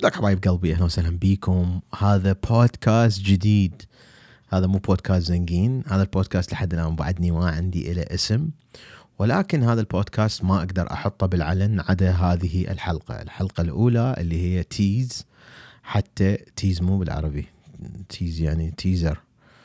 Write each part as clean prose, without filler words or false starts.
لك حبايب قلبي، أهلا وسهلا بيكم. هذا بودكاست جديد، هذا مو بودكاست زنقين. هذا البودكاست لحد الآن بعدني ما عندي إله اسم، ولكن هذا البودكاست ما أقدر أحطه بالعلن عدا هذه الحلقة الأولى اللي هي تيز. حتى تيز مو بالعربي، تيز يعني تيزر.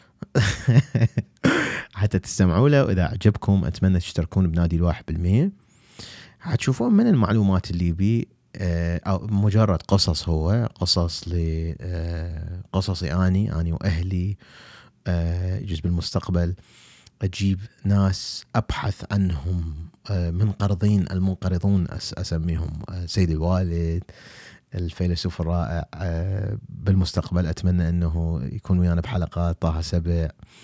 حتى تستمعوا له، وإذا عجبكم أتمنى تشتركون بنادي 1%. هتشوفون من المعلومات اللي بي أو مجرد قصص، هو قصص قصصي أني وأهلي. يجوز بالمستقبل أجيب ناس أبحث عنهم، منقرضين المنقرضون أسميهم، سيد الوالد الفيلسوف الرائع. بالمستقبل أتمنى أنه يكون ويانا بحلقات طه سبع.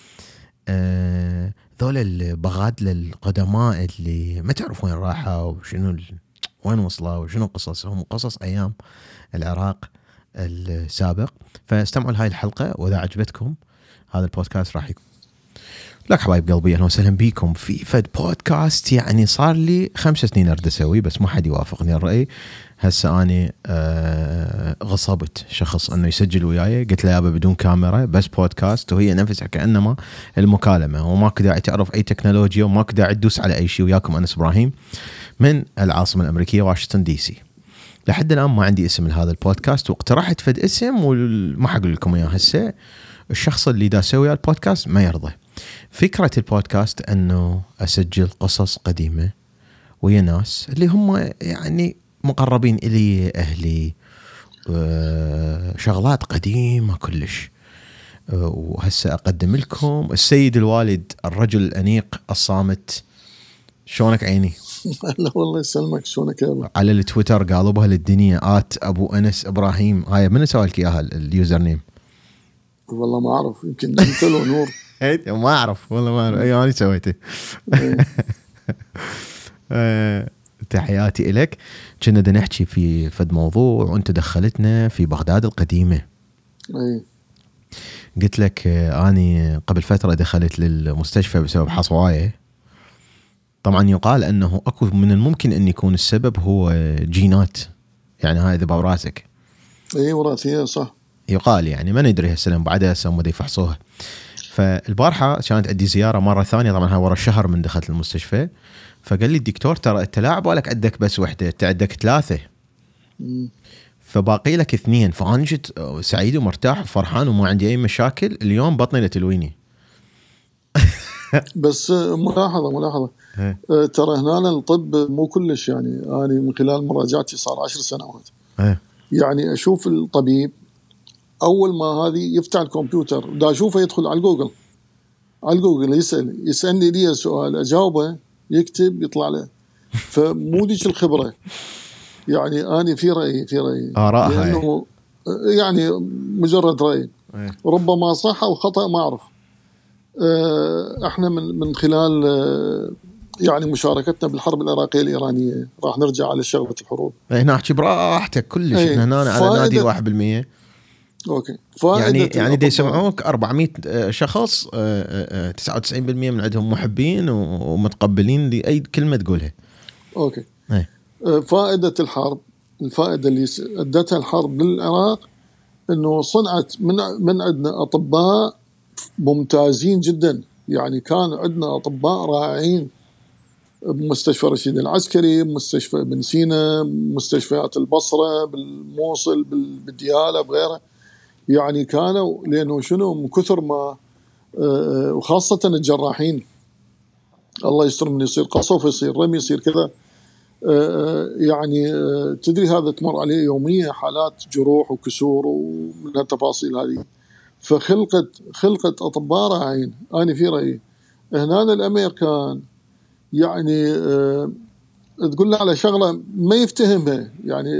ذول البغادلة القدماء اللي ما تعرف وين راحوا وشنو وين وصلوا وشنو قصصهم، قصص أيام العراق السابق. فاستمعوا لهاي الحلقة، وإذا عجبتكم هذا البودكاست راح يكون لك حبايب قلبي. أهلا وسهلا بيكم في فد بودكاست. يعني صار لي 5 سنين أرد أسوي، بس ما حد يوافقني الرأي. هسه أنا غصبت شخص أنه يسجل وياي، قلت له يابا بدون كاميرا بس بودكاست، وهي نفسها كأنما المكالمة، وماكو داعي تعرف أي تكنولوجيا، وماكو داعي تدوس على أي شيء. وياكم أنس إبراهيم من العاصمة الأمريكية واشنطن دي سي. لحد الآن ما عندي اسم لهذا البودكاست، واقترحت فد اسم وما حقول لكم إياه هسه. الشخص اللي دا سوي البودكاست ما يرضى. فكرة البودكاست أنه أسجل قصص قديمة ويا ناس اللي هم يعني مقربين إلي، أهلي، شغلات قديمة كلش. وهسه أقدم لكم السيد الوالد، الرجل الأنيق الصامت. شلونك عيني؟ لا والله يسلمك، شلونك يا أبو؟ على التويتر قالوا بها للدنيا أبو أنس إبراهيم. هاي من سوالك إياها اليوزر نيم؟ والله ما أعرف، يمكن أنت لو نور. ما أعرف والله، ما أعرف. أنا سويته. تحياتي إلك. كنا دا نحكي في فد موضوع وأنت دخلتنا في بغداد القديمة. قلت لك أني قبل فترة دخلت للمستشفى بسبب حصواية. طبعا يقال أنه أكو من الممكن أن يكون السبب هو جينات، يعني هاي ذباب راسك. وراثية صح. يقال يعني، ما ندري هالسلام بعدها سموا دي يفحصوها. فالبارحة كانت عندي زيارة مرة ثانية، طبعا هاي ورا شهر من دخلت المستشفى. فقال لي الدكتور ترى التلاعب ولك عندك بس وحدة، عندك 3 فباقي لك 2. فأنا جيت سعيد ومرتاح وفرحان وما عندي أي مشاكل. اليوم بطني لتلويني. بس ملاحظة ترى هنا الطب مو كلش، يعني أنا من خلال مراجعتي صار 10 سنوات يعني أشوف الطبيب أول ما هذه يفتح الكمبيوتر دا أشوفه يدخل على الجوجل يسألني لي سؤال أجاوبه، يكتب يطلع له. فمو ديش الخبرة، يعني أنا في رأيي لأنه يعني مجرد رأي، ربما صح أو خطأ ما أعرف. احنا من خلال يعني مشاركتنا بالحرب العراقية الإيرانية راح نرجع على شغلة الحروب. نحكي براحتك كلش. احنا هنا على نادي 1%. اوكي. يعني دي يسمعوك 400 شخص، 99% من عندهم محبين ومتقبلين لأي كلمة تقولها. اوكي. فائدة الفائدة اللي أدتها الحرب للعراق انه صنعت من عندنا أطباء ممتازين جدا. يعني كان عندنا أطباء رائعين بمستشفى رشيد العسكري، مستشفى ابن سينا، مستشفيات البصرة، بالموصل، بالديالى، بغيرها. يعني كانوا لأنه شنو من كثر ما وخاصة الجراحين الله يستر، من يصير قصف يصير رمي يصير كذا، يعني تدري هذا تمر عليه يوميا حالات جروح وكسور ومن التفاصيل هذه. فخلقت أطباء رائعين. أنا في رأيي هنا الأمريكان يعني تقول له على شغلة ما يفتهمها، يعني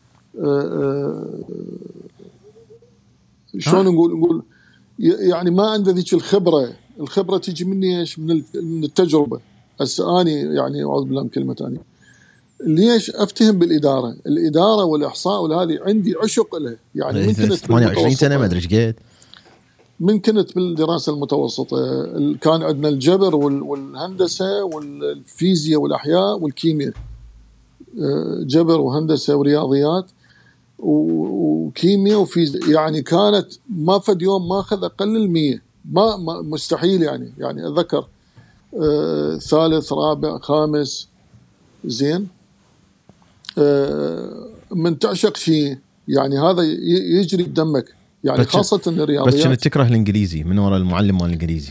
شلون نقول يعني ما عنده ذيك الخبرة تيجي مني ايش من التجربة. هسه اني يعني اعوذ بالله من كلمة ثانية، ليش افتهم الإدارة والإحصاء والهذه عندي عشق لها. يعني من كنت 28 سنة ما ادري ايش قد، من كنت بالدراسة المتوسطة كان عندنا الجبر والهندسة والفيزياء والأحياء والكيمياء، جبر وهندسة ورياضيات. وكيمياء وفيزياء، يعني كانت ما فد يوم ما أخذ أقل ال100، ما مستحيل يعني أذكر ثالث رابع خامس. زين من تعشق شيء يعني هذا يجري بدمك يعني، خاصة الرياضيات. بس كنت تكره الإنجليزي من وراء المعلم مال الإنجليزي؟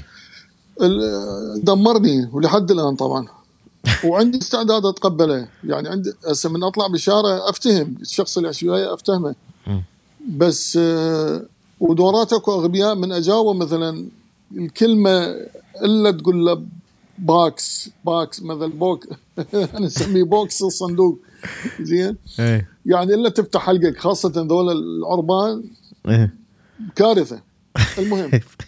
دمرني ولحد الآن طبعا. وعندي استعداد أتقبله، يعني عندي هسه من أطلع بالشارع أفتهم الشخص اللي شوية أفتهمه، بس ودورات أكو أغبياء من أجاوب مثلا الكلمة إلا تقول له باكس مثل بوك أنا أسميه بوكس الصندوق. زين يعني إلا تفتح حلقك، خاصة ذول العربان كارثة. المهم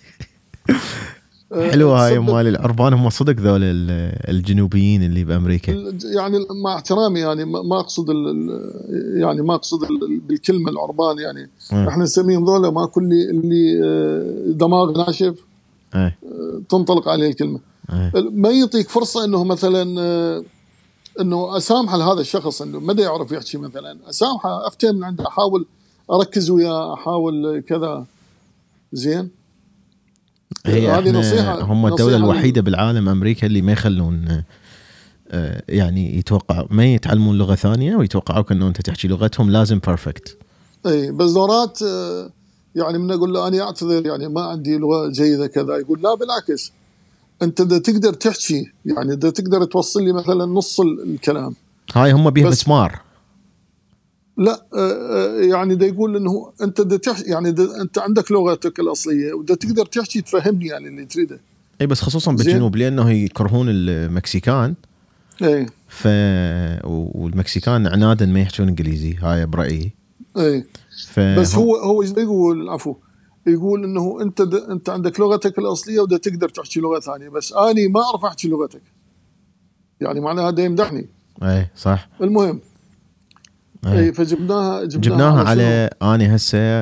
حلوة هاي مال العربان، هم صدق ذول الجنوبيين اللي بأمريكا، يعني مع احترامي يعني ما أقصد يعني ما أقصد بالكلمة العربان يعني. احنا نسميهم ذولا ما كل اللي دماغ ناشف تنطلق عليه الكلمة. ما يعطيك فرصة انه مثلا انه اسامح لهذا الشخص انه ما يعرف يحكي، مثلا اسامحه افتهم من عنده، احاول اركز وياه، احاول كذا. زين هذه نصيحة. هم الدولة الوحيدة بالعالم أمريكا اللي ما يخلون يعني يتوقع ما يتعلمون لغة ثانية ويتوقعوك أنه أنت تحكي لغتهم لازم بيرفكت. أي بس دورات يعني من أقول له أنا أعتذر يعني ما عندي لغة جيدة كذا، يقول لا بالعكس أنت دا تقدر تحكي، يعني دا تقدر توصل لي مثلا نص الكلام. هاي هم بيه مسمار. لا يعني دا يقول إنه أنت دا تحكي يعني أنت عندك لغتك الأصلية ودا تقدر تحكي تفهمني يعني اللي تريده. أي بس خصوصا بالجنوب لأنه يكرهون المكسيكان. أي والمكسيكان عنادا ما يحكون إنجليزي، هاي برأيي. أي بس هو يقول عفوا، يقول إنه أنت عندك لغتك الأصلية ودا تقدر تحكي لغة ثانية، بس أنا ما أعرف أحكي لغتك، يعني معناها ده يمدحني. أي صح. المهم أي جبناها على أنا هسه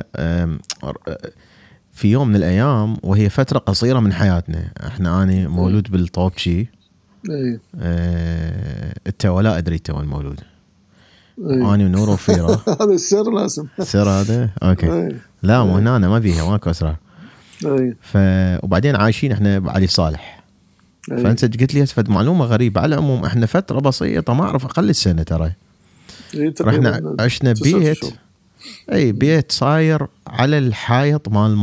في يوم من الأيام وهي فترة قصيرة من حياتنا. إحنا أنا مولود بالطوبشي. أنت ولا أدري تو المولود. أنا ونور وفيرة. هذا السر لازم. السر هذا أوكي. لا مو هنا ما بيها ماكو أسرار. وبعدين عايشين إحنا بعلي صالح. فأنت قلت لي فد معلومة غريبة. على العموم إحنا فترة بسيطة ما أعرف أقل السنة ترى. رحنا عشنا بيت. أي بيت صاير على الحائط مال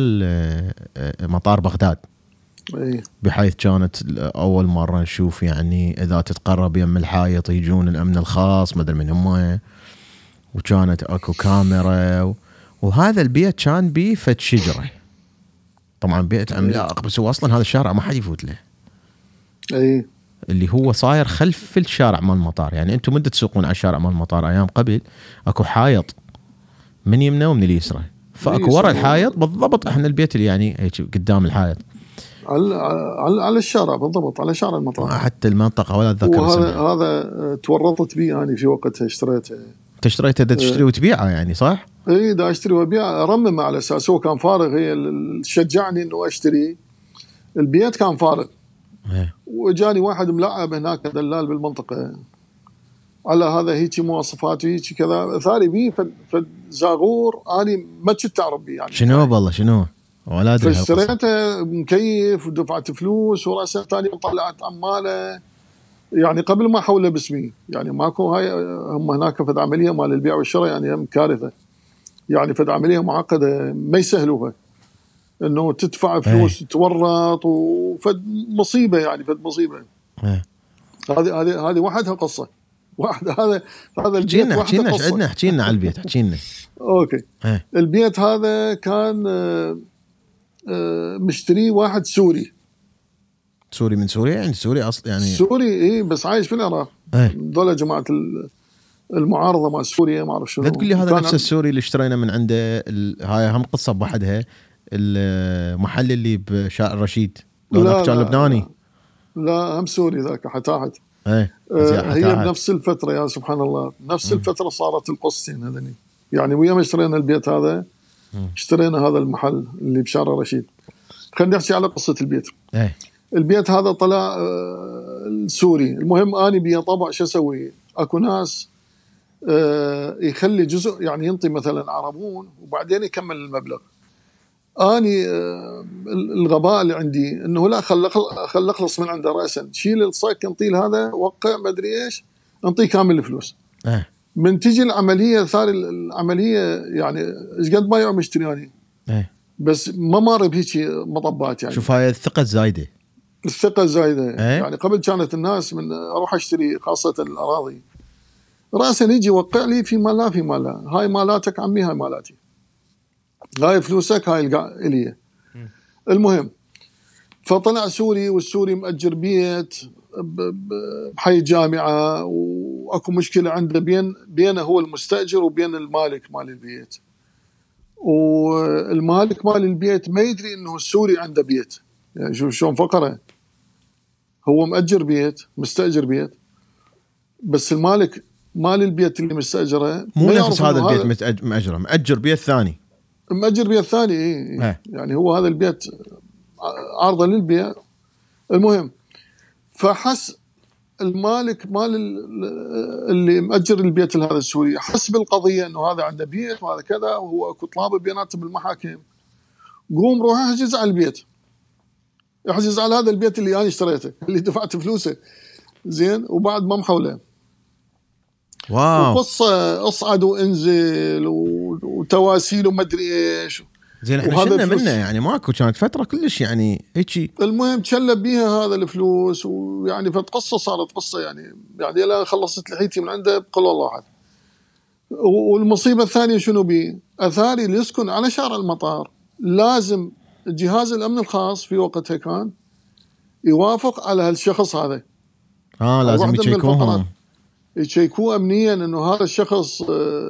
مطار بغداد. بحيث كانت أول مرة نشوف يعني إذا تتقرب يم الحائط يجون الأمن الخاص ما أدري من هم، وكانت أكو كاميرا وهذا البيت كان بيه فد شجرة. طبعا بيت عملاق بس هو أصلا هذا الشارع ما حد يفوت له. اللي هو صاير خلف الشارع مال المطار، يعني أنتم مدة تسوقون على الشارع مال المطار أيام قبل أكو حائط من يمنى ومن اليسرى، فأكو ورا الحائط بالضبط إحنا البيت اللي يعني هيك قدام الحائط على الشارع بالضبط، على شارع المطار. حتى المنطقة ولا أتذكر هذا تورطت بيه يعني في وقتها اشتريته دا تشتري وتبيعه يعني صح؟ اي دا اشتري وبيع، ارمم على اساس هو كان فارغ، هي اللي شجعني انه اشتري. البيت كان فارغ وجاني واحد ملعب هناك دلال بالمنطقة على هذا هيك مواصفاته هيك كذا، ثاني بيه فزاغور اني ما كنت اعرف بيه يعني شنو والله شنو ولا ادري. فاشتريته مكيف ودفعت فلوس وراسه ثاني طلعت عماله يعني قبل ما احوله باسمي، يعني ماكو هاي هم هناك فد عمليه مال البيع والشراء يعني هم كارثه، يعني فد عمليه معقده ما يسهلوها، انه تدفع فلوس تتورط وفد مصيبه يعني فد مصيبه. هذه وحدها قصه واحد. هذا البيت وحده قصه. احكي لنا على البيت احكي لنا. اوكي البيت هذا كان مشتري واحد سوري من سوريا يعني سوري اصل يعني سوري اي بس عايش في العراق. دول جماعه المعارضه مع سوريا ما اعرف شنو. لا تقول لي هذا نفس السوري اللي اشترينا من عنده هاي هم قصه بوحدها. المحل اللي بشارع الرشيد لا كان لبناني. لا هم سوري ذاك حتاحت. هي بنفس الفتره يا سبحان الله نفس الفتره صارت القصتين هذني، يعني ويا ما اشترينا البيت هذا اشترينا هذا المحل اللي بشارع الرشيد. خلينا نحكي على قصه البيت. البيت هذا طلع السوري. المهم اني بيا طبع شو اسوي، اكو ناس يخلي جزء، يعني ينطي مثلا عربون وبعدين يكمل المبلغ. اني الغباء اللي عندي انه لا، خل اخلص من عنده راسا، شيل الصك انطيه هذا، وقع ما ادري ايش، انطيه كامل الفلوس. من تجي العمليه ثاني العمليه يعني ايش قد بايع ومشتري اني بس ما مر بهيك مطبات. يعني شوف هاي الثقه الزايده، الثقه الزايده. يعني قبل كانت الناس من اروح اشتري خاصه الاراضي راسا يجي يوقع لي في مال لا في مال لا، هاي مالاتك عمي، هاي مالاتي، هاي فلوسك، هاي الي. المهم فطلع سوري، والسوري مأجر بيت بحي جامعة، واكو مشكلة عنده بينه هو المستأجر وبين المالك مال البيت، والمالك مال البيت ما يدري انه السوري عنده بيت. يعني شوف شلون فقره، هو مأجر بيت، مستأجر بيت، بس المالك مال البيت اللي مستأجره مو نفس هذا البيت مأجره، مأجر بيت ثاني، مأجر بيت ثاني. إيه. يعني هو هذا البيت عارضه للبيع. المهم فحس المالك مال اللي مأجر البيت هذا السوري حس بالقضية انه هذا عنده بيت وهذا كذا، وهو اكو طلابه بيناتهم بالمحاكم. قوم روح احجز على البيت، احجز على هذا البيت اللي انا اشتريته، اللي دفعت فلوسه، زين، وبعد ما محوله. واو، وقصة اصعد وانزل وتواسيل وما ادري ايش. زين احنا شلنا منه، يعني ماكو، كانت فتره كلش يعني هيك. المهم تشلب بيها هذا الفلوس، ويعني فقصه صارت قصه يعني لا خلصت لحيتي من عنده بقول والله احد. والمصيبه الثانيه شنو بي؟ اثاري اللي يسكن على شارع المطار لازم جهاز الامن الخاص في وقتها كان يوافق على هالشخص هذا. لازم يشيكوه امنيا انه هذا الشخص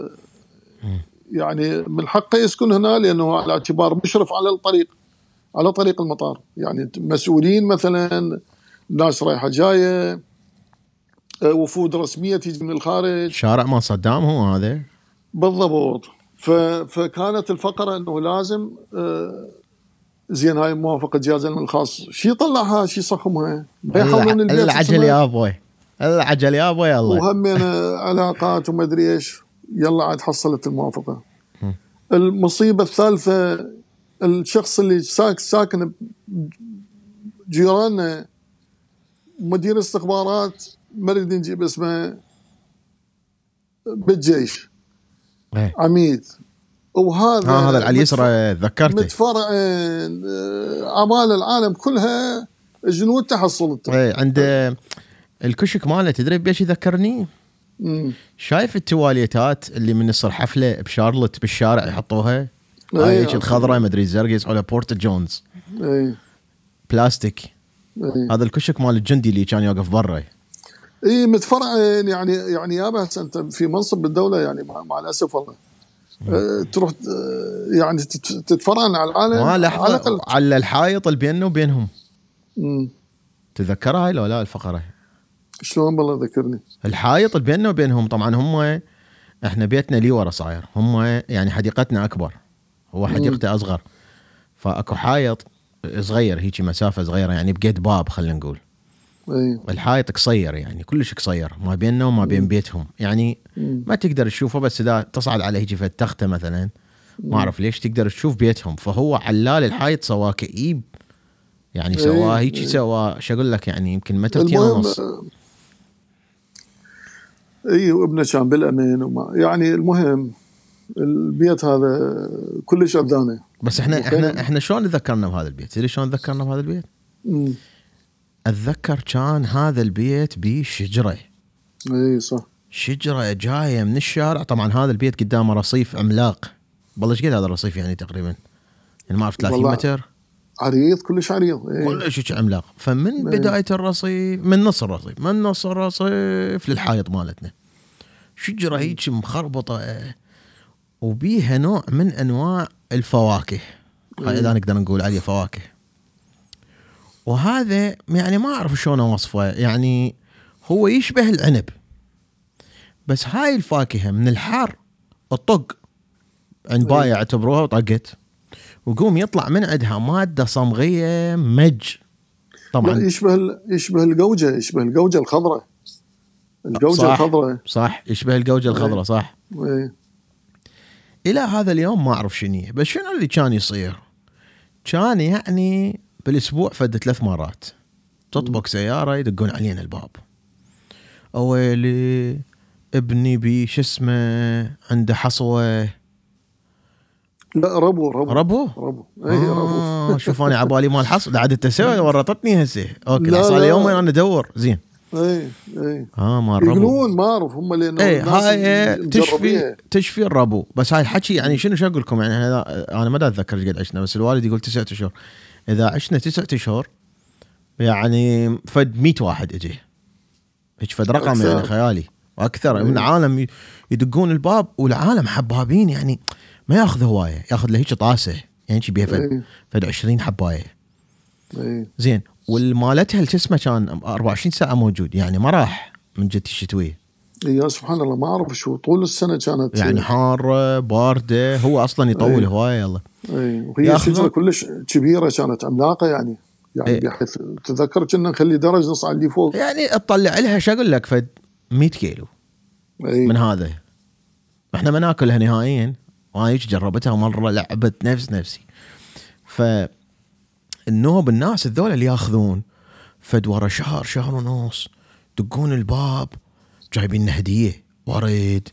يعني من حقه يسكن هنا، لانه على اعتبار مشرف على طريق المطار. يعني مسؤولين مثلا، ناس رايحه جايه، وفود رسميه تيجي من الخارج. شارع ما صدام هو هذا بالضبط. فكانت الفقره انه لازم زين هاي موافقه جهاز الامن الخاص. شي طلعها شي صخمها، بيحولون البيت العجل يا ابوي، العجل يا ابوي، يلا وهم علاقات وما ادري ايش. يلا عاد حصلت الموافقه. المصيبه الثالثه، الشخص اللي ساكن جيراننا مدير استخبارات، ما نريد نجيب اسمه، بالجيش، عميد، وهذا هذا على اليسرى ذكرته، متفرعين اعمال العالم كلها جنود تحصلته. عند الكشك ماله تدري بيش يذكرني؟ شايف التواليتات اللي من يصير حفله بشارلوت بالشارع يحطوها، هيك الخضراء ما ادري الزرقاء، يسمونها بورت جونز، بلاستيك. هذا الكشك مال الجندي اللي كان يوقف برا. متفرعين. يعني يا بس انت في منصب بالدوله، يعني مع الاسف والله تروح يعني تتفرعن على العالم على الحائط اللي بيننا وبينهم. تذكرها هاي لو لا الفقره؟ شلون بالله ذكرني. الحائط اللي بيننا وبينهم، طبعا هم احنا بيتنا لي ورا صاير، هم يعني حديقتنا اكبر، هو حديقته اصغر، فاكو حائط صغير هيك مسافه صغيره، يعني بقيت باب خلينا نقول. الحائط قصير، يعني كلش قصير ما بيننا وما بين بيتهم، يعني ما تقدر تشوفه، بس اذا تصعد على هيك التخته مثلا، ما اعرف ليش تقدر تشوف بيتهم. فهو علال الحائط سواه كئيب، يعني سواه هيك، سواه شو اقول لك، يعني يمكن مترتين ونص. وابنه كان بالامان وما يعني. المهم البيت هذا كلش اذانه. بس احنا شلون تذكرنا بهذا البيت؟ تدري شلون تذكرنا بهذا البيت؟ اتذكر كان هذا البيت بشجره. صح، شجره جايه من الشارع. طبعا هذا البيت قدامه رصيف عملاق، والله ايش قد هذا الرصيف يعني تقريبا، يعني ما اعرف 30 متر، عريض، كلش عريض، كلش عملاق. فمن بدايه الرصيف، من نص الرصيف للحائط مالتنا شجره هيك مخربطه، وبيها نوع من انواع الفواكه، اذا نقدر نقول عليه فواكه. وهذا يعني ما اعرف شلون اوصفه، يعني هو يشبه العنب، بس هاي الفاكهه من الحار الطق عند بايع اعتبروها وطقت، وقوم يطلع من عندها ماده صمغيه مج. طبعا يشبه الجوجه، الخضراء الجوجة الخضراء صح، يشبه الجوجة الخضراء صح. ايه. الى هذا اليوم ما اعرف شنو، بس شنو اللي كان يصير؟ كان يعني بالاسبوع فد 3 مرات تطبق سياره يدقون علينا الباب، اويلي ابني بي شو اسمه عنده حصوه. لا ربو ايه ربو. شوف انا عبالي مال حص قاعد تسوي ورطتني هسه. اوكي لا صار لا. لي يومين انا ادور زين. ايه مال ربو يقولون ما اعرف هم لانه هاي تشفي الربو. بس هاي الحكي يعني شنو اقول لكم يعني انا ما اتذكر ايش قد عشنا، بس الوالد يقول 9 اشهر. اذا عشنا 9 اشهر يعني فد 100 واحد اجي هيك فد رقم أكثر. يعني خيالي واكثر من عالم يدقون الباب، والعالم حبابين يعني ما ياخذ هوايه، ياخذ له هيك طاسه يعني شي بيها فد 20 حبايه. زين والمالتها شو اسمه كان 24 ساعه موجود يعني ما راح من جد الشتويه. يا سبحان الله ما اعرف شو طول السنه كانت يعني حاره بارده، هو اصلا يطول هوايه يلا. وهي شجره كلش كبيره كانت عملاقه يعني بحيث تذكر كنا نخلي درج نصعد اللي فوق يعني اطلع لها شو اقول لك فد 100 كيلو من هذا. احنا ما ناكلها نهائيا، وانا هيك جربتها مره لعبت نفسي. فالنوب الناس الذول اللي ياخذون فد ورا شهر ونص دقون الباب جايبين لنا هديه ورد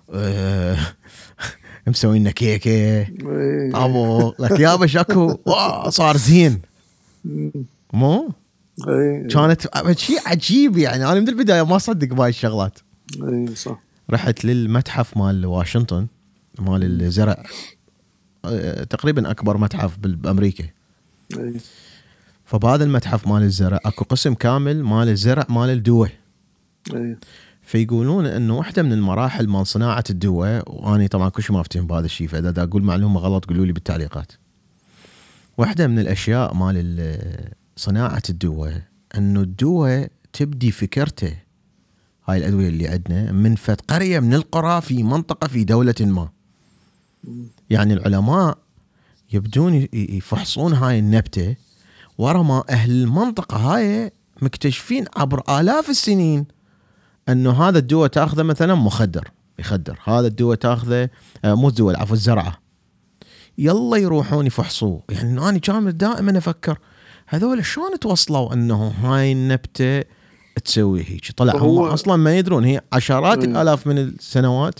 مسوين لنا كيكه ابو لك يابا شكو صار زين مو كانت شيء عجيب يعني. انا من البدايه ما اصدق بهاي الشغلات. صح. رحت للمتحف مال واشنطن مال الزرع، تقريبا اكبر متحف بامريكا. فبهذا المتحف مال الزرع اكو قسم كامل مال الزرع مال الدواء. فيقولون انه واحده من المراحل مال صناعه الدواء، واني طبعا كل شيء ما افتهم بهذا الشيء، فاذا اقول معلومه غلط قولوا لي بالتعليقات. واحده من الاشياء مال صناعه الدواء انه الدواء تبدي فكرته هاي الادويه اللي عندنا من فد قريه من القرى في منطقه في دوله ما. يعني العلماء يبدون يفحصون هاي النبته ورا ما اهل المنطقه هاي مكتشفين عبر آلاف السنين انه هذا الدواء تاخذه مثلا يخدر هذا الدواء تاخذه مو الدواء عفوا الزرعه، يلا يروحون يفحصوه. يعني انا كان دائما افكر هذول شلون توصلوا انه هاي النبته تسوي هيك. طلع هم اصلا ما يدرون، هي عشرات الالاف من السنوات.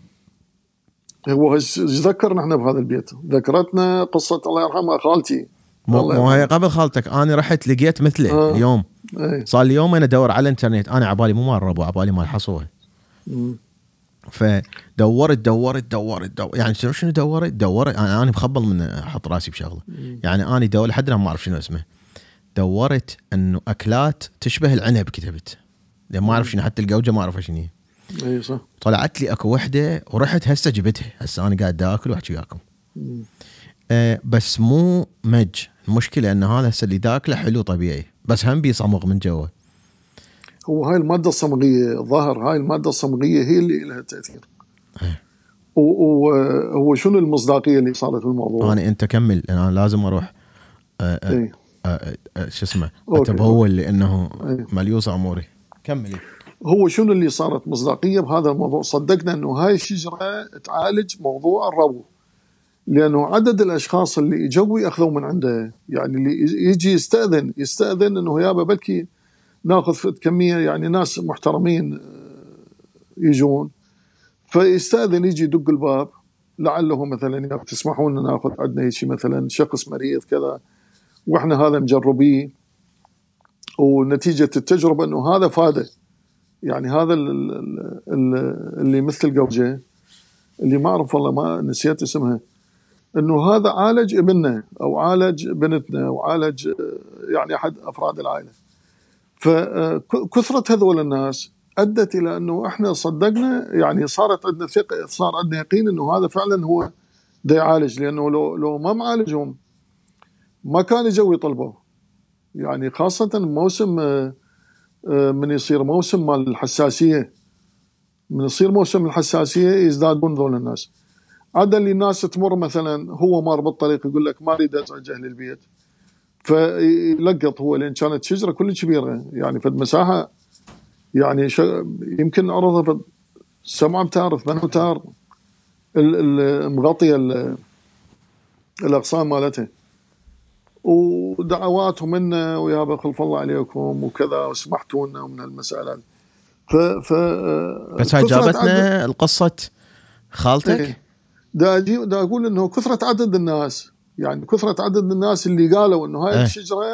هو ذكرنا احنا بهذا البيت، ذكرتنا قصه الله يرحمها خالتي. مو هي قبل خالتك، انا رحت لقيت مثله اليوم. صار لي يوم انا ادور على الانترنت، انا عبالي مو مال ربو عبالي مال حصوه. فدورت يعني شنو دورت انا مخبل من احط راسي بشغله. يعني انا دور لحد الان ما اعرف شنو اسمه. دورت انه اكلات تشبه العنب كتبت، لان ما اعرف شنو، حتى الجوجه ما اعرف شنو هي. صح. طلعت لي اكو وحده ورحت هسه جبتها، هسه انا قاعد اكل واحكي وياكم. بس مو مج، المشكله ان هذا هسه اللي داكله حلو طبيعي بس هم بيصمغ من جوا. هو هاي الماده الصمغيه، ظاهر هاي الماده الصمغيه هي اللي لها تاثير. وهو شنو المصداقيه اللي صارت بالموضوع؟ انت كمل، انا لازم اروح شو اسمه اتبول لانه مليوس اموري. كملي. هو شنو اللي صارت مصداقيه بهذا الموضوع؟ صدقنا انه هاي الشجره تعالج موضوع الربو، لانه عدد الاشخاص اللي اجوا ياخذوا من عنده، يعني اللي يجي يستاذن انه يابا بلكي ناخذ كميه، يعني ناس محترمين يجون، فيستاذن يجي يدق الباب لعله مثلا تسمحون لنا ناخذ عندنا شيء مثلا شخص مريض كذا، واحنا هذا مجربيه ونتيجه التجربه انه هذا فاده. يعني هذا اللي مثل الجوجه اللي ما اعرف والله ما نسيت اسمها، انه هذا عالج ابننا او عالج بنتنا او عالج يعني احد افراد العائله. فكثره هذول الناس ادت الى انه احنا صدقنا، يعني صارت عندنا ثقه، صار عندنا يقين انه هذا فعلا هو دا يعالج، لانه لو ما معالجهم ما كان يجوا يطلبوا. يعني خاصه موسم من يصير موسم مال الحساسيه، من يصير موسم الحساسيه يزدادون ذول الناس. عدا اللي الناس تمر مثلا هو مار بالطريق يقول لك ما اريد اتوجه للبيت، فيلقط هو، لان كانت شجره كل كبيره يعني في المساحه يعني يمكن عرضها 7 امتار 8 امتار مغطيه الاغصان مالتها، ودعواتهم منا ويا خلف الله عليكم وكذا وسمحتوا لنا ومن المسألة. بس هاي جابتنا القصة خالتك. إيه. دا أقول إنه كثرة عدد الناس، يعني كثرة عدد الناس اللي قالوا إنه هاي الشجرة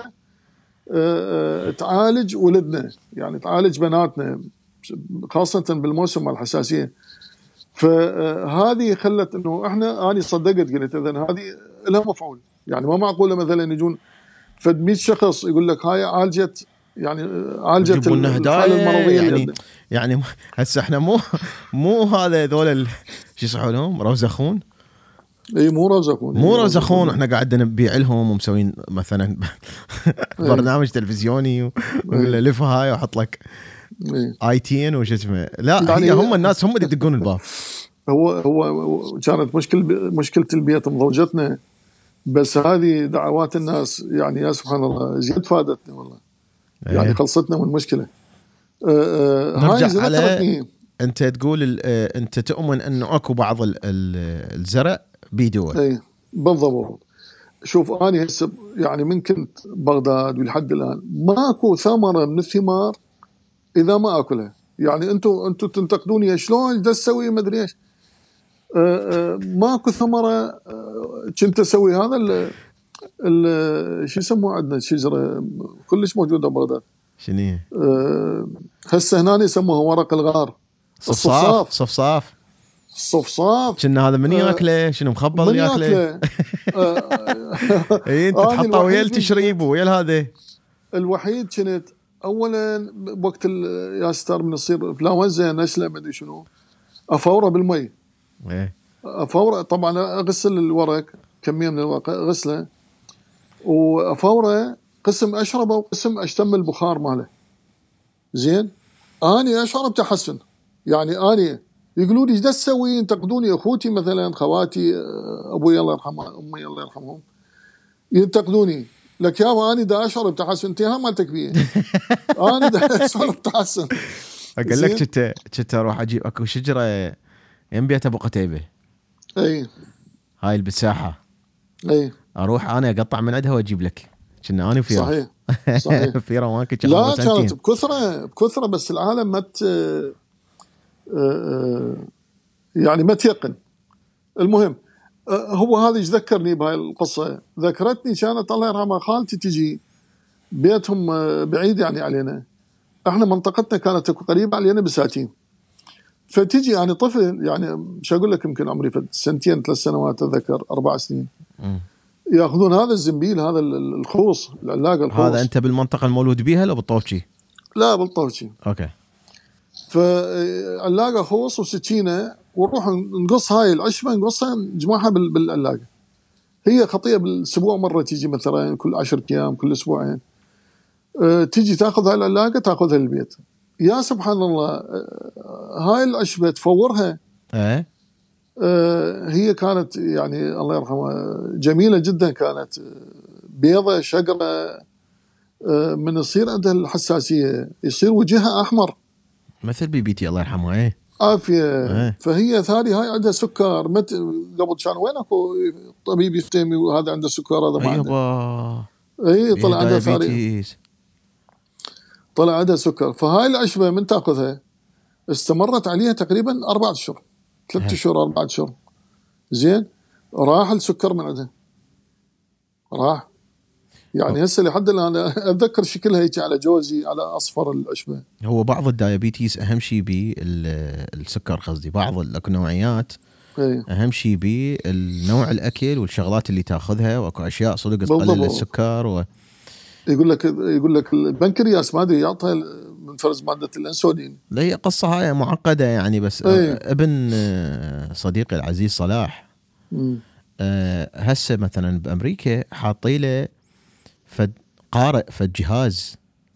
تعالج ولدنا، يعني تعالج بناتنا خاصة بالموسم الحساسية. فهذه خلت إنه أنا صدقت، قلت إذن هذه لها مفعول. يعني ما معقولة مثلا يجون فد 100 شخص يقول لك هاي عالجت، يعني عالجت الحالة المرضية. يعني هسه احنا مو هذا ذول شو يصحوا لهم روزخون. اي مو روزخون، احنا قاعدين نبيع لهم ومسوين مثلا برنامج تلفزيوني ولا لف هاي واحط لك اي تي ان وش اسمه. لا يعني هي هم الناس هم اللي يدقون الباب. هو كانت مشكلة البيت مضوجتنا، بس هذه دعوات الناس يعني يا سبحان الله زيد فادتني والله. يعني خلصتنا من المشكلة. نرجع على انت تقول انت تؤمن انه اكو بعض الزرع بيدوه. اي بالضبط. شوف انا هسه يعني من كنت بغداد ولحد الان ماكو ثمرة من الثمار اذا ما اكلها. يعني انتم تنتقدوني شلون دا تسوي ما ادري ايش. ماكو ثمرة كنت اسوي هذا شو يسموه عندنا شجرة كلش موجودة ببغداد. شنو هسه هنا يسموها ورق الغار. صفصاف كنا هذا من ياكله شنو مخبل ياكله. اي انت تحطه ويا التشريب ويا هذا. الوحيد كنت اولا بوقت ياستر من يصير فلاونزا نشله ما ادري شنو افوره بالمي. افوره طبعا اغسل الورق كميه من الورق اغسله وافوره، قسم اشربه وقسم اشتم البخار ماله. زين اني اشعر بتحسن. يعني اني يقولوا لي ايش تسوي، ينتقدوني اخوتي مثلا خواتي ابوي الله يرحمه امي الله يرحمهم ينتقدوني لك يابا اني دا اشعر بتحسن. انت ها مالتك بيه. اني دا اشعر بتحسن. اقول لك كنت اروح اجيب اكو شجره ينبيت ابو قتيبه. اي هاي البساحه. اي اروح انا اقطع من عندها واجيب لك. كنا انا وفيرا. صحيح فيرا ما كنت. لا كانت بكثره بس العالم ما يعني ما تيقن. المهم هو هذا ايش ذكرني بهاي القصه. ذكرتني كانت الله يرحمها خالتي تجي بيتهم بعيد يعني علينا. احنا منطقتنا كانت قريبه علينا بساعتين. فتجي يعني طفل يعني مش اقول لك يمكن عمري 2 3 سنوات اتذكر 4 سنين. ياخذون هذا الزنبيل هذا الخوص العلاقه الخوص. هذا انت بالمنطقه المولود بيها ولا بالطوفشي؟ لا بالطوفشي. اوكي. فعلاقه خوص وسكينه ونروح نقص هاي العشبه نقصها نجمعها بالعلاقه. هي خطيه بالاسبوع مره تيجي مثلا كل 10 ايام كل اسبوعين. تيجي تاخذ هاي العلاقه تاخذها للبيت. يا سبحان الله هاي العشبه تفورها. هي كانت يعني الله يرحمها جميله جدا، كانت بيضة شقره. من يصير عندها الحساسيه يصير وجهها احمر مثل بيتي الله يرحمها. عافيه. فهي ثاني هاي عندها سكر. قبل كان وين اكو طبيب يفتهمي وهذا عنده سكر هذا ما عنده. اي طلع عندها ثاني طلع عندها سكر. فهاي العشبه من تاخذها استمرت عليها تقريبا 4 أشهر 3 أشهر 4 أشهر. زين راح السكر من عندها راح. يعني هسه لحد الان اتذكر شكلها هيك على جوزي على اصفر العشبه. هو بعض الدايابيتيز اهم شيء بالسكر قصدي بعض النوعيات اهم شيء بالنوع الاكل والشغلات اللي تاخذها واكو اشياء صدق تقلل السكر يقول لك البنكرياس ما ادري يعطيها من فرز ماده الانسولين. لا هي قصه هاي معقده يعني بس ابن صديقي العزيز صلاح هسه مثلا بامريكا حاطي له فد قارئ فد جهاز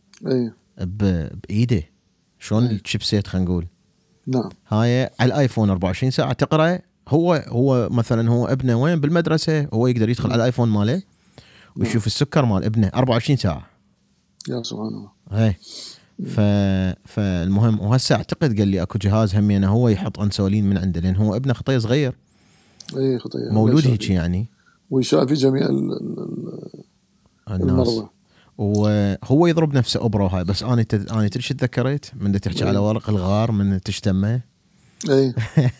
بايده شلون الشيبسيت خلينا نقول. نعم. هاي على الايفون 24 ساعه تقرا. هو مثلا هو ابنه وين بالمدرسه هو يقدر يدخل على الايفون ماله ويشوف السكر مال ابنه 24 ساعه. يا سبحان الله. هاي فالمهم وهسه اعتقد قال لي اكو جهاز همينه هو يحط انسولين من عنده لان هو ابنه خطيه صغير. اي خطيه مولود هيك يعني ويشافي جميع المرضى. وهو يضرب نفسه ابره هاي. بس انا تدري شو تذكرت من تحكي على ورق الغار من تشتمه. اي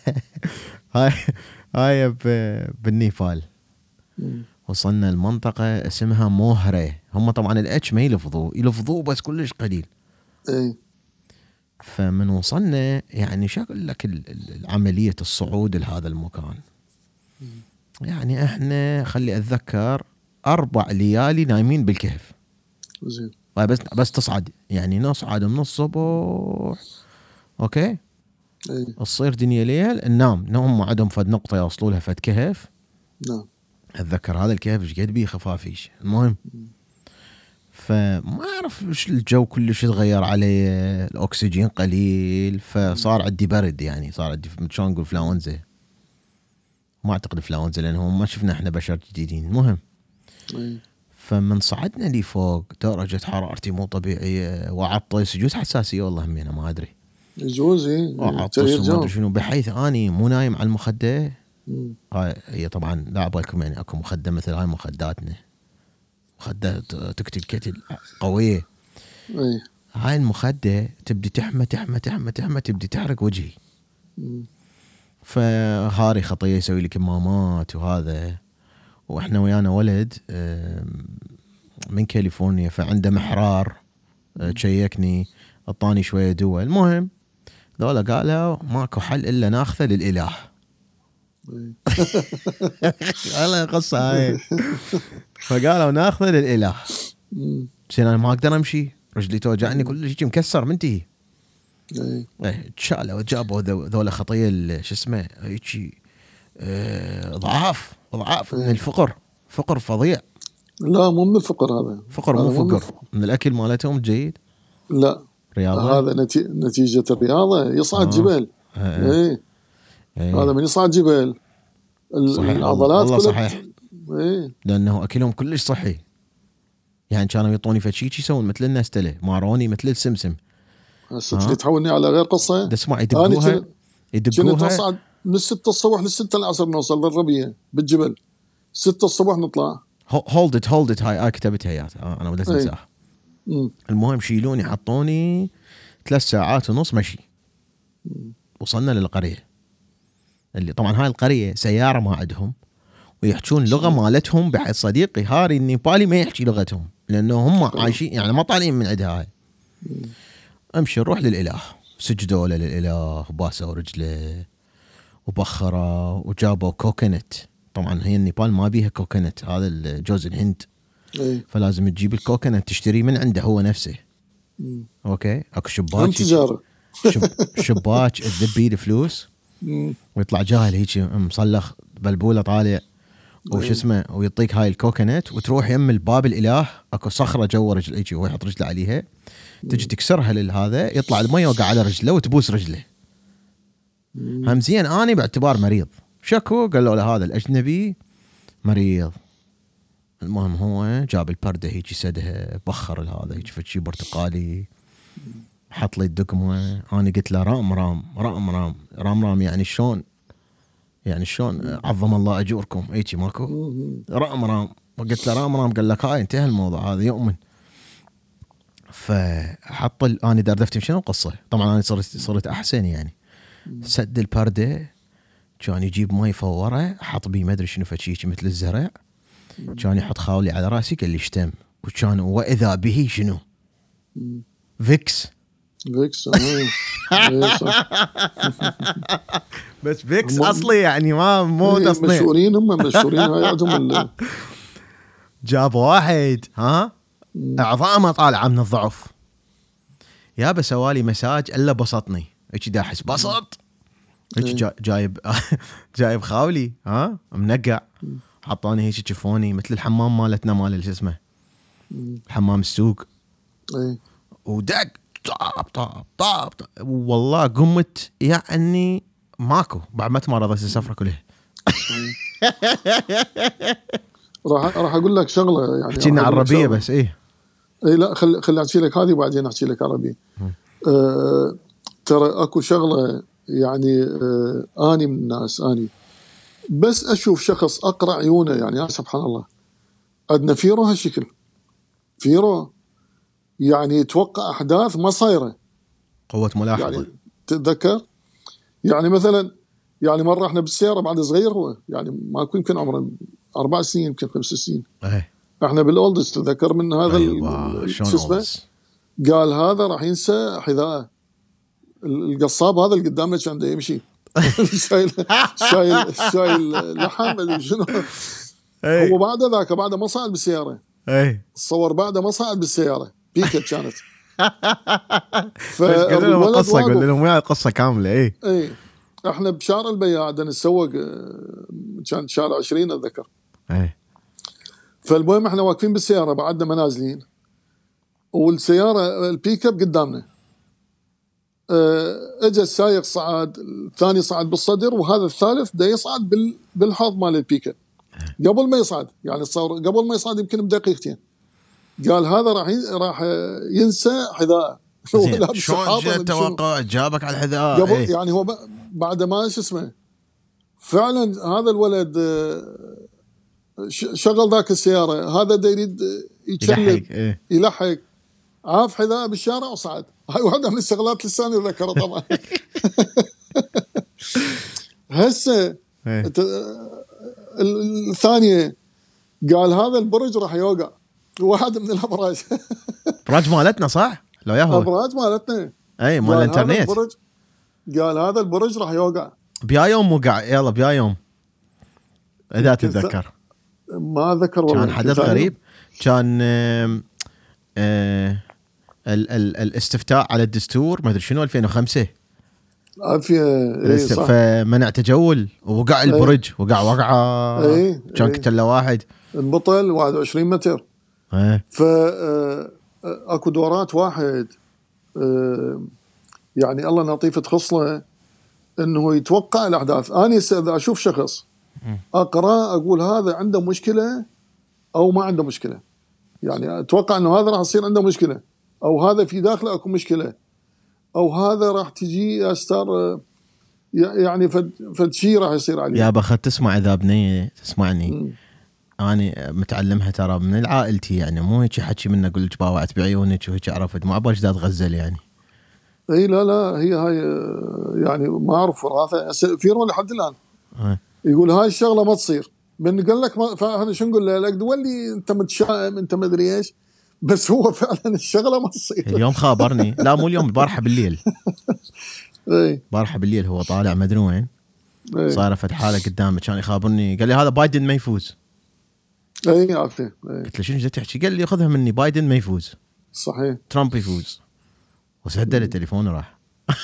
هاي بالنيبال. وصلنا المنطقة اسمها موهرة. هم طبعا الاتش ما يلفظوه بس كلش قليل. اي فمن وصلنا يعني شو اقول لك العملية الصعود لهذا المكان. يعني احنا خلي اتذكر 4 ليالي نايمين بالكهف. زين. بس تصعد يعني نصعد من الصبح اوكي. تصير دنيا ليل ننام. هم عندهم فد نقطة يوصلوا لها فد كهف. نعم. اتذكر هذا الكهف ايش قد بيه خفافيش. المهم فما اعرف ايش الجو كلش تغير عليه. الاكسجين قليل فصار عندي برد يعني صار عندي شلون نقول فلاونزا. ما اعتقد فلاونزا لان هم ما شفنا احنا بشر جديدين. المهم فمن صعدنا لي فوق درجة حرارتي مو طبيعية وعطس يجوز حساسية والله همينة ما ادري. يجوز وعطس وما ادري شنو بحيث اني مو نايم على المخدة. هاي طبعا لا بالكم يعني اكو مخدة مثل هاي مخداتنا. مخدة تكتل كتل قوية. هاي المخدة تبدي تحمى تبدي تحرق وجهي. فهاري خطية يسوي لي كمامات وهذا. واحنا ويانا ولد من كاليفورنيا فعنده محرار تشيكني اعطاني شوية دواء. المهم ذولا قالوا ماكو حل الا ناخذه للاله. والله قصة هاي. فقالوا ناخذه للاله. زين انا ما اقدر امشي رجلي توجعني كل شيء مكسر منتهي. تشالوا وجابوا ذولا خطيه شو اسمه هيك ضعاف من الفقر. فقر فظيع. لا مو من الفقر هذا. فقر مو فقر من الاكل مالتهم الجيد. لا رياضة. هذا نتيجة الرياضة. يصعد جبال. هذا من يصعد جبال العضلات والله صحيح. لأنه أكلهم كلش صحي. يعني كانوا يعطوني فشيء يسوون مثل النستله ماروني مثل السمسم. هسه تحولني على غير قصة. تسمع يدقوها كنت أصعد من 6 الصبح ل6 العصر نوصل للربيع بالجبل. 6 الصبح نطلع. هولد ات هاي كتبتها يا أنا بدأت أنساها. المهم شيلوني حطوني 3 ساعات ونص مشي. وصلنا للقرية اللي طبعا هاي القرية سيارة ما عندهم ويحجون لغة مالتهم. بحيث صديقي هاري النيبالي ما يحكي لغتهم لأنه هم عايشين يعني ما طالعين من عندها هاي. أمشي نروح للإله. سجدوا للإله وباسوا رجله وبخرة وجابوا كوكونات. طبعا هي النيبال ما بيها كوكونات. هذا الجوز الهند. فلازم تجيب الكوكونات تشتري من عنده هو نفسه. أوكي أكو شباك شباك تذبي الفلوس ويطلع جاهل هيك مصلخ بلبولة طالع وش اسمه ويعطيك هاي الكوكونات وتروح يم الباب الإله. أكو صخرة جوا رجل هيك وهو يحط رجله عليها. تجي تكسرها للهذا يطلع المي وقع على رجله وتبوس رجله. همزين أنا باعتبار مريض شكو قالوا له هذا الأجنبي مريض. المهم هو جاب البردة هيك سدها بخر هذا هيك فشي برتقالي حط لي الدقمة. أنا قلت له رام يعني شلون عظم الله أجوركم هيك ماكو رام. وقلت له رام قال لك هاي انتهى الموضوع هذا يؤمن. فحط أنا دردفت شنو القصة. طبعا أنا صرت أحسن يعني. سد البردة كان يجيب مي فوره حط بيه ما ادري شنو فشيء مثل الزرع. كان يحط خاولي على راسي قال لي اشتم. وكان واذا به شنو فيكس. بس فيكس اصلي يعني ما مو تصنيع. مشهورين هاي عندهم جاب واحد اعظامه طالعه من الضعف. يا بسوالي مساج الا بسطني هيك داحس بسط هيك جايب خاولي منقع. حطوني هيك شفوني مثل الحمام مالتنا مال شو اسمه حمام السوق. ودق طاب والله قمت يعني ماكو بعد ما تمرضت السفرة كلها. راح اقول لك شغله يعني حكينا عربيه بس ايه اي لا خل احكي لك هذه وبعدين احكي لك عربي. ترى اكو شغله يعني اني من الناس، اني بس اشوف شخص اقرا عيونه يعني يا سبحان الله. عندنا فيرو هالشكل، فيرو يعني يتوقع احداث ما صايره، قوه ملاحظه. يعني تتذكر يعني مثلا يعني مره احنا بالسياره بعد صغير، هو يعني ما يمكن عمره 4 سنين يمكن 5 سنين. احنا بالاولدز تتذكر من هذا شو اسمه، قال هذا راح ينسى حذاءه. القصاب هذا اللي قدامنا كان دا يمشي شايل لحم شنو. هو بعد ذاك بعد ما صعد بالسياره، تصور بعد ما صعد بالسياره بيكت كانت. قول لهم القصه، قول لهم ويا القصه كامله. اي احنا بشارع البياع نتسوق، كان شارع 20 اتذكر. فالمهم احنا واقفين بالسياره بعدنا ما نازلين، والسياره البيك اب قدامنا. اجى السايق صعد، الثاني صعد بالصدر، وهذا الثالث دا يصعد بالحوض مال البيك اب قبل ما يصعد، يعني تصور قبل ما يصعد يمكن بدقيقتين. قال هذا راح ينسى حذاءه. شلون توقع جابك على الحذاء قبل يعني هو بعد ما شو اسمه فعلا هذا الولد شغل ذاك السياره، هذا دا يريد يشلب يلحق، عاف حذاء بالشارع وصعد. هاي واحده من الشغلات لساني ذكرها طبعا. هسه الثانيه قال هذا البرج راح يوقع، واحد من الابراج. ابراج مالتنا صح؟ لو ياهو ابراج مالتنا اي مال الانترنت. قال هذا البرج راح يوقع. بيا يوم وقع، يلا بيا يوم اذا تتذكر. ما ذكر والله. كان حدث غريب، كان الاستفتاء على الدستور ما ادري شنو 2005 فمنع تجول ووقع البرج. وقعه كان كتله واحد انبطل 21 متر. اكو دورات واحد يعني الله نطيف تخص له انه يتوقع الاحداث. انا اذا اشوف شخص اقرا اقول هذا عنده مشكله او ما عنده مشكله، يعني اتوقع انه هذا راح يصير عنده مشكله، او هذا في داخله اكو مشكله، او هذا راح تجي استار يعني فد شيء راح يصير عليه. يا بخ تسمع اذا بنيه تسمعني. أنا متعلمها ترى من عائلتي، يعني مو هيك حكي منه اقول لك باوعت بعيونك وهيك عرفت مع بجداد غزل يعني. اي لا هي هاي يعني ما اعرف وراثه في رول لحد الان. يقول هاي الشغله ما تصير، بنقول لك فانا شو نقول لك تولي انت متشائم انت ما ادري ايش، بس هو فعلا الشغله ما تصير. اليوم خابرني، لا مو اليوم، البارحه بالليل. البارحه بالليل هو طالع ما ادري وين، صار فد حاله قدامه كان يخابرني، قال لي هذا بايدن ما يفوز. اي عارفه. قلت له شنو جاي تحكي؟ قال لي خذها مني، بايدن ما يفوز، صحيح، ترامب يفوز. وسدل التليفون وراح.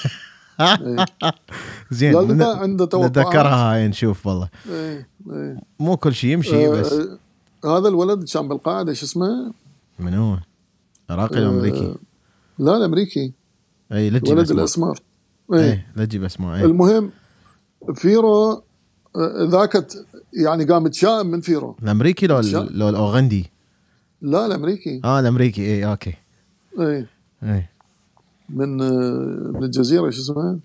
زين عنده توقعات نتذكرها هاي نشوف والله. مو كل شيء يمشي بس. هذا الولد كان بالقاعده شو اسمه؟ من هو؟ عراقي ولا امريكي؟ لا الامريكي. اي لا تجيب الولد الاسمر. اي لا تجيب اسماء. المهم فيرو ذاك يعني قام يتشائم من فيرو. الامريكي لو الاوغندي؟ لا الامريكي. الامريكي. اي اوكي. اي من الجزيره شو اسمها؟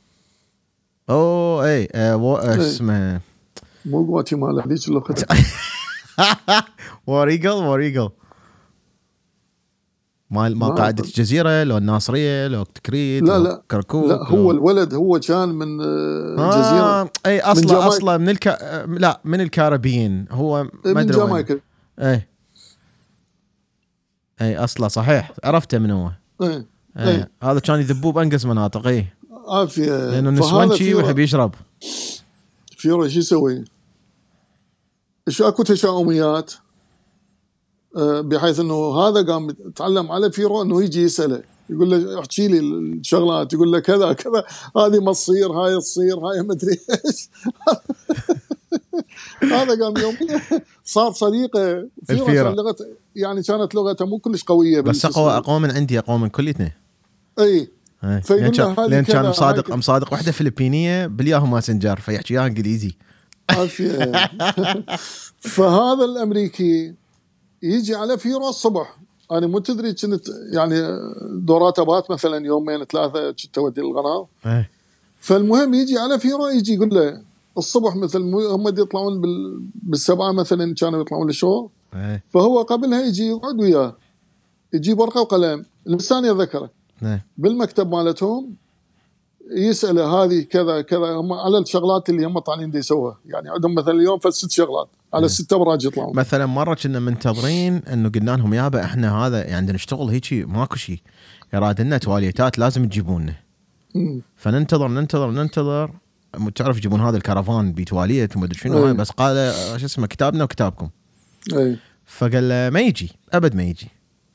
اسمه مو غواتيمالا هذيك اللغه. واريجل ما قاعدة الجزيرة لو الناصرية لو تكريت لا كركوك. لا هو الولد هو كان من الجزيرة. اي اصلا من لا من الكاريبيين، هو ما ادري من جامايكا. اي اصلا صحيح عرفته من هو. هذا كان يذبوه بانقص مناطق. عافية لانه نسوانشي ويحب يشرب. فيرو شو يسوي؟ اكو تشاؤميات بحيث انه هذا قام يتعلم على فيرو انه يجي يساله يقول له احكي لي الشغلات، يقول له كذا كذا، هذه ما تصير، هاي تصير، هاي ما ادري ايش. هذا قام يوميا صار صديقه. فيرو لغه يعني كانت لغته مو كلش قويه بس اقوى من عندي، اقوى من كليتنا. اي لين كان مصادق واحده فلبينيه بالياهو ماسنجر فيحكي اياها انجليزي. فهذا الامريكي يجي على فيرو الصبح انا مو تدري كنت يعني دورات ابات مثلا يومين 3 كنت تودي الغراض. فالمهم يجي على فيرو يجي يقول له الصبح مثل هم يطلعون بالسبعة مثلا كانوا يطلعون للشغل. فهو قبلها يجي يقعد وياه يجيب ورقه وقلم لساني اذكره بالمكتب مالتهم يساله هذه كذا كذا هم على الشغلات اللي هم طالعين دي يسووها. يعني عندهم مثلا اليوم 6 شغلات على 6 ابراج يطلعون. مثلا مره كنا منتظرين انه قلنا لهم يابا احنا هذا يعني نشتغل هيجي ماكو شيء يراد لنا تواليتات لازم تجيبونه. فننتظر تعرف يجيبون هذا الكرفان بتواليت وما ادري شنو. بس قال شو اسمه كتابنا وكتابكم. فقال له ما يجي ابد ما يجي.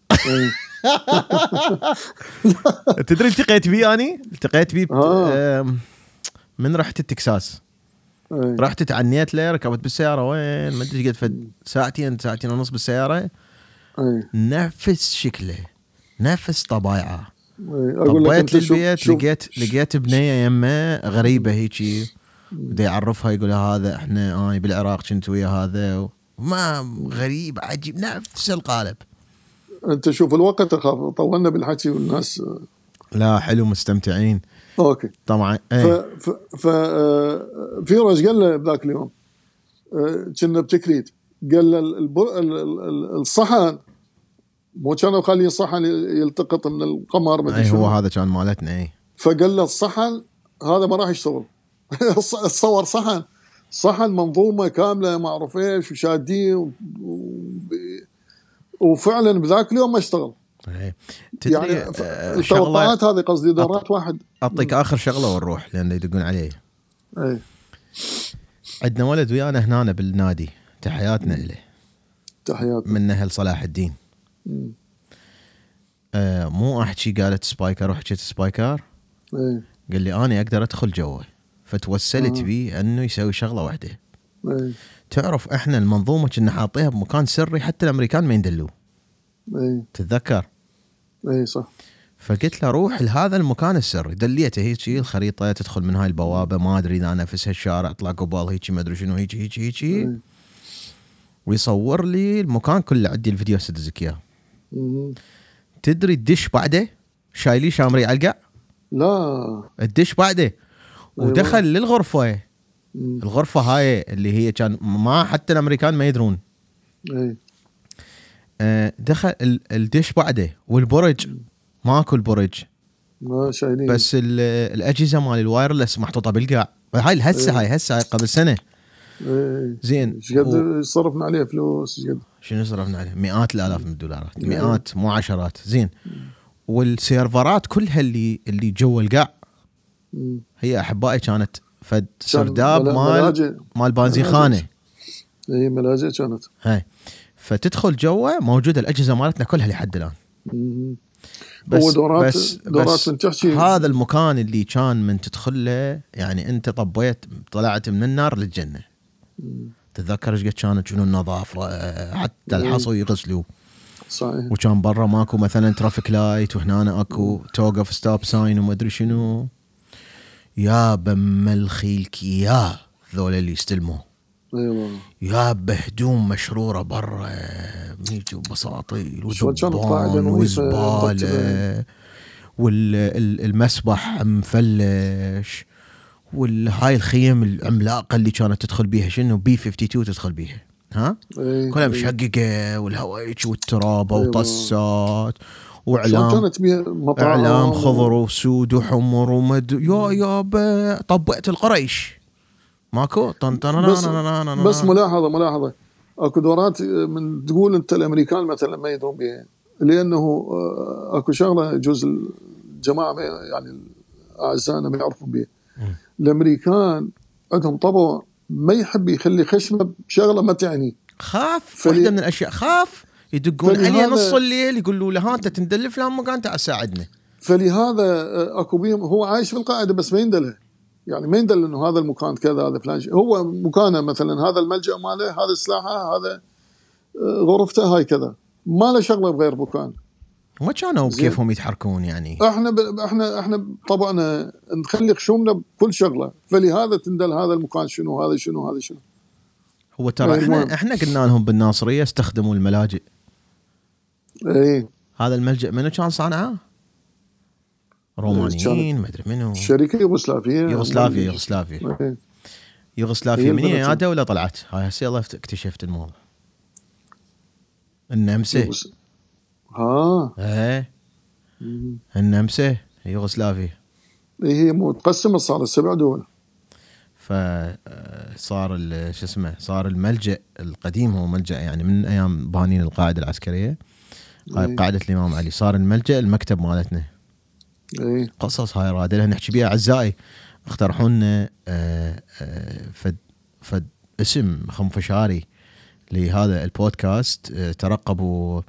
تدري التقيت بيه اني التقيت بيه من رحت التكساس. رحت تعنيت له ركبت بالسياره وين ما ادري قد ساعتين ونص بالسياره. نفس شكله نفس طبايعه. طبيت للبيت لقيت بنيه يمه غريبه هيجي بده يعرفها يقول هذا احنا بالعراق كنت ويا هذا ما غريب عجيب نفس القالب. انت شوف الوقت اخاف طولنا بالحكي والناس لا حلو مستمتعين. اوكي طبعا. في رجل قال له بذاك اليوم كنا بتكريت قال له الصحن مو كانوا خليه صحن يلتقط من القمر ما هو هذا كان مالتنا. فقال له الصحن هذا ما راح يشتغل. تصور صحن منظومه كامله ما اعرف ايش وشادين وفعلا بذاك اليوم ما اشتغل. تدري يعني التوقعات هذه قصدي دورات واحد. اعطيك اخر شغله ونروح لان يدقون عليه. عندنا ولد ويانا هنا بالنادي تحياتنا له. تحياتنا من نهل صلاح الدين. مو احكي قالت سبايكر وحكيت سبايكر. قال لي انا اقدر ادخل جوه فتوسلت بي انه يسوي شغله واحده. تعرف احنا المنظومه كنا حاطيها بمكان سري حتى الامريكان ما يندلوه. تتذكر؟ صح. فقلت له روح لهذا المكان السري دليته هيك الخريطه تدخل من هاي البوابه ما ادري اذا نفسها الشارع اطلع قبال هيك ما ادري شنو هيك ويصور لي المكان كله. عندي الفيديو سدزك اياه. تدري الدش بعده شايلي شامري علقع. لا الدش بعده ودخل للغرفه. الغرفه هاي اللي هي كان ما حتى الامريكان ما يدرون. دخل الدش بعده والبرج ماكو البرج ما شايلين بس الاجهزه مال الوايرلس محطوطه بالقاع. هاي هاي قبل سنه. زين ايش قد صرفنا عليه فلوس؟ شنو صرفنا عليه؟ مئات الالاف من الدولارات. مئات مو عشرات. زين والسيرفرات كلها اللي جوا القاع هي احبائي كانت فد سرداب مال بنزينخانه. ملاجئ كانت. هاي فتدخل جوا موجوده الاجهزه مالتنا كلها لحد الان. بس دورات من تحكي هذا المكان اللي كان من تدخل له يعني انت طلعت من النار للجنه. تتذكر ايش قد كانت شنو النظافه حتى الحصو يغسلوا. صحيح. وكان برا ماكو مثلا ترافيك لايت وهنا اكو توقف ستوب ساين وما ادري شنو. يا بملخيلك يا ذول اللي يستلموا. يا بهدوم مشرورة برا ميجوا بساطيل وذبان وزبالة والمسبح مفلش والهاي الخيم العملاقة اللي كانت تدخل بيها شنو بي 52 تدخل بيها كلها مشققة والهواء والتراب وطسات وإعلام خضر وسود وحمر يا طبقت القريش ماكو بس ملاحظة اكو دورات من تقول انت الامريكان مثلا ما يدرون بها لانه اكو شغله يجوز الجماعه يعني اعزائنا ما يعرفون بها. الامريكان عندهم طبع ما يحب يخلي خشمه بشغله ما تعني. خاف واحده من الاشياء خاف يدقون عليه نص الليل يقولوا له ها انت تندل فلان مكان تعال ساعدنا. فلهذا اكو بيهم هو عايش في القاعده بس ما يندله يعني ما يندل انه هذا المكان كذا هذا فلان هو مكانه مثلا هذا الملجأ ماله هذا سلاحه هذا غرفته هاي كذا ما له شغله بغير مكان. ما كانوا بكيفهم يتحركون يعني. احنا طبعا نخلي خشومنا بكل شغله فلهذا تندل هذا المكان شنو هذا شنو هذا شنو. هو ترى احنا قلنا لهم بالناصريه استخدموا الملاجئ اي هذا الملجأ منو كان صانعه؟ رومانيين ما ادري منو. شركه يوغوسلافيه. يوغوسلافيا هي من البنت. يا دوله طلعت هاي هسه يلا اكتشفت الموضوع. النمسا. ايه النمسا يوغوسلافيا. هي متقسمه، صار 7 دول. فصار شو اسمه، صار الملجأ القديم هو ملجأ يعني من ايام بانين القاعده العسكريه. هاي قاعده الامام علي، صار الملجأ المكتب مالتنا. قصص هاي راد لها نحكي بيها اعزائي. اقترحوا لنا فد اسم خنفشاري لهذا البودكاست. ترقبوا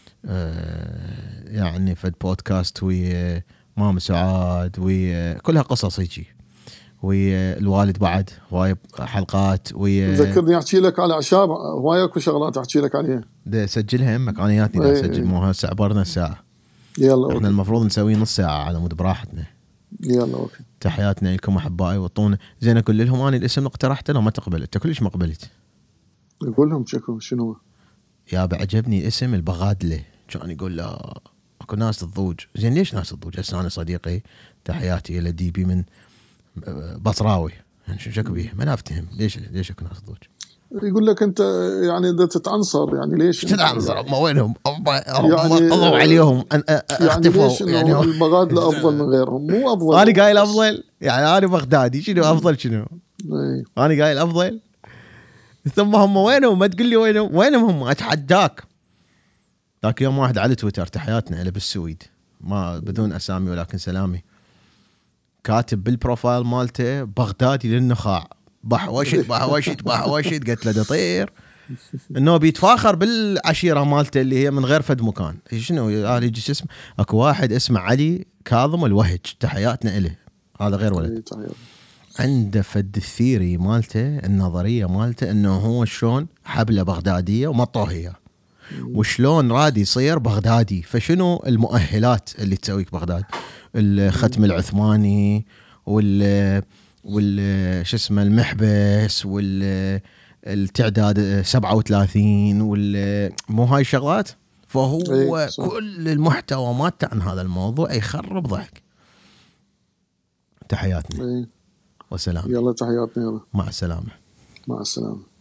يعني فد بودكاست ويا مام سعاد ويا كلها قصص هيجي، ويا الوالد بعد هواي حلقات ويا. ذكرني احكي لك على اعشاب، هواي اكو شغلات احكي لك عليها. دا سجلها همك، انا ياتني دا اسجل. مو هسه عبرنا الساعه. يلا احنا المفروض نسوي نص ساعه على مود براحتنا. يلا اوكي. تحياتنا لكم احبائي، وطونا زين. اقول لهم انا الاسم اقترحته لو ما تقبل انت كلش ما قبلت. يقول لهم شنو يا بعجبني اسم البغادله. كان يقول لا اكو ناس تضوج. زين ليش ناس تضوج؟ هسه انا صديقي تحياتي الى دي بي من بصراوي، يعني شكو بيه ما افتهم ليش اكو ناس تضوج. يقول لك انت يعني دا تتعنصر، يعني ليش تتعنصر؟ ما وينهم يعني قضوا عليهم اختفوا يعني البغادله افضل من غيرهم؟ مو افضل. انا قايل افضل يعني انا بغدادي شنو افضل شنو؟ انا قايل افضل. ثم هم وينهم؟ ما تقول لي وينهم هم؟ اتحداك. ذاك يوم واحد على تويتر تحياتنا له بالسويد، ما بدون اسامي ولكن سلامي، كاتب بالبروفايل مالته بغدادي للنخاع بحوشت قلت له طير انه بيتفاخر بالعشيره مالته اللي هي من غير فد مكان. شنو يجي اسمه؟ اكو واحد اسمه علي كاظم الوهج تحياتنا له، هذا غير ولد. عنده فد الثيري مالته، النظريه مالته انه هو شلون حبله بغداديه ومطوهيه وشلون راد يصير بغدادي. فشنو المؤهلات اللي تسويك بغداد؟ الختم العثماني وال شو اسمه المحبس والتعداد 37 مو هاي الشغلات. فهو كل المحتوى مالته عن هذا الموضوع يخرب ضحك. تحياتنا والسلام. يلا تحياتنا. يلا مع السلامة. مع السلامة.